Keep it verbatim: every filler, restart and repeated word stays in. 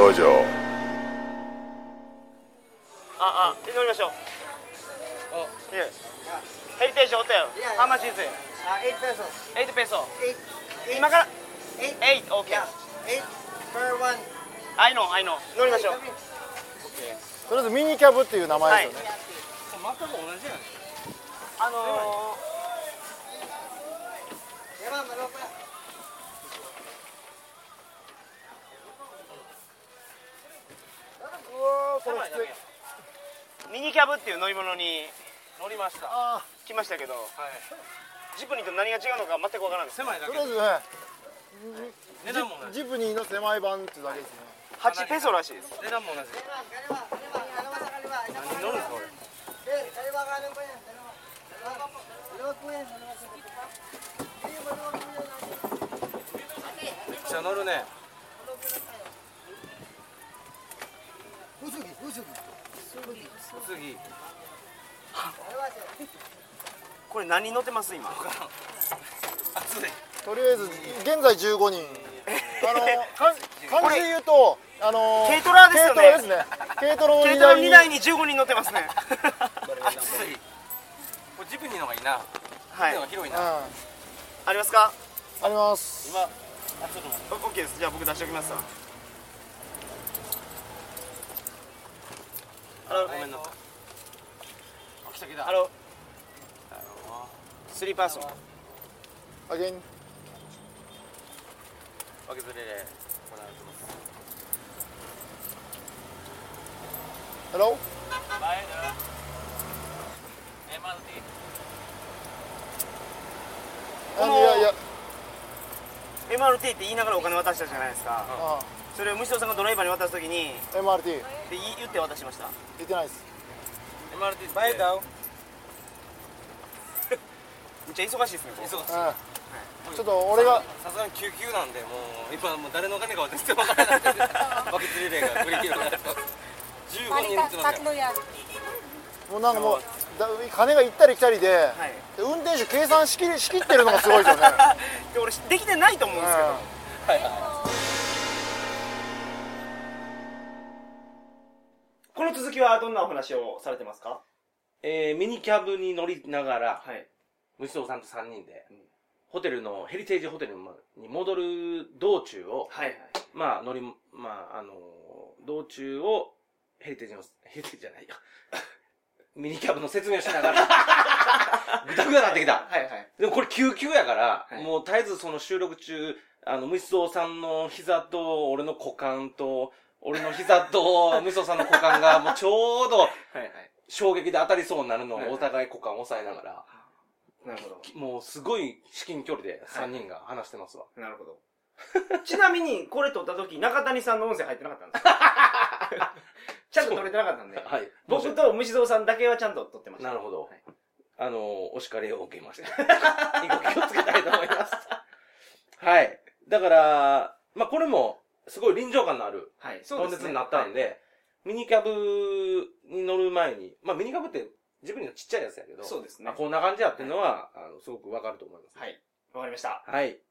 道場。 あ、あ、乗りましょう。いえ。ヘリテージホテル。How much is it? eight pesos. eight peso. eight. 今から eight. eight, okay. Yeah. eight per one. I know, I know. 乗りましょう。 とりあえずミニキャブっていう名前ですよね。 全く同じやん。 あの Ya, ma'am, ano pa? うわー、これきつい。 ー、ミニキャブっていう乗り物に乗りました。 あ来ましたけど、 はい。 ジプニーと何が違うのか全くわからないです。 狭いだけーとりあえ。ずね、 値段も同じ。 ジプニーの狭い版ってだけですね。 はちペソらしいです。 値段も同じ。 Kaliwa, kaliwa. Ano ba sa kaliwa? 何乗るんですかこれ。 Sir, kaliwa kanan pa yan. Dalawa. Dalawa po. Dalawa po yan. Dalawa sa kaliwa. Hindi, maluwag po yan. めっちゃ乗るね。 Pusugi, pusugi. 次。 Kaliwa, sir. これ何乗ってます今？ 暑い。 とりあえず現在じゅうごにん。あのか漢字で言うとあの軽トラですよね。 軽トラですね。軽トラの軽荷台にトラにだいにじゅうごにん乗ってますね。 暑い。これジプニーの方がいいな。 はいジプニーの方が広いな。 うんありますか？ あります。 今暑いのも。 オッケーです。じゃあ僕出しておきますわ。あのごめんなさい。あ、来た来た。 あのスリーパーソン。 アゲイン。 分けずれで行われてます。 ヘロ前だ。エムアールティー。 ー。あいやいや。 エムアールティー って言いながらお金渡したじゃないですか。 あそれを虫蔵さんがドライバーに渡すときにエムアールティーって言って渡しました。 言ってないです。 エムアールティー。前だ。 めっちゃ忙しいですね。ここ忙しい。 うん。ちょっと俺がさすがに救急なんで、もう今もう誰のお金かは全然わからない。バケツリレーが繰り広げられてます。じゅうごにんってますよ。 もうなんかもうだ金が行ったり来たりで、 はい。 で運転手計算しきりしきってるのがすごいですよね。 で俺できてないと思うんですけど。 うんはいはこの続きはどんなお話をされてますか？ い。えー、ミニキャブに乗りながら、 はい。 虫蔵さんとさんにんで、 うんホテルのヘリテージホテルに戻る道中を、 はいはい。 まあ乗り、まああの道中をヘリテージのヘリテージじゃないよ。ミニキャブの説明をしながらぐだぐだなってきた。 はいはい。 でもこれ救急やから、 はいもう絶えずその収録中、あの、虫蔵さんの膝と、俺の股間と、俺の膝と、虫蔵さんの股間が、もうちょうど、 はいはい。 衝撃で当たりそうになるのはいをお互い股間を押さえながら、 なるほど。 もうすごい至近距離でさんにんが話してますわ。 なるほど。ちなみにこれ撮った時中谷さんの音声入ってなかったんですか？ちゃんと撮れてなかったんで。 はい。 僕と虫蔵さんだけはちゃんと撮ってました。 なるほど。 はいあの、お叱りを受けました。以後気をつけたいと思います。はい。だから、まあこれも、すごい臨場感のあるはい。 コンテンツになったんで、ミニキャブに乗る前に、まあミニキャブってジブリのちっちゃいやつやけど、 そうですねまあこんな感じやっていうのは、あの、すごくわかると思います。 はい。わかりました。 はい。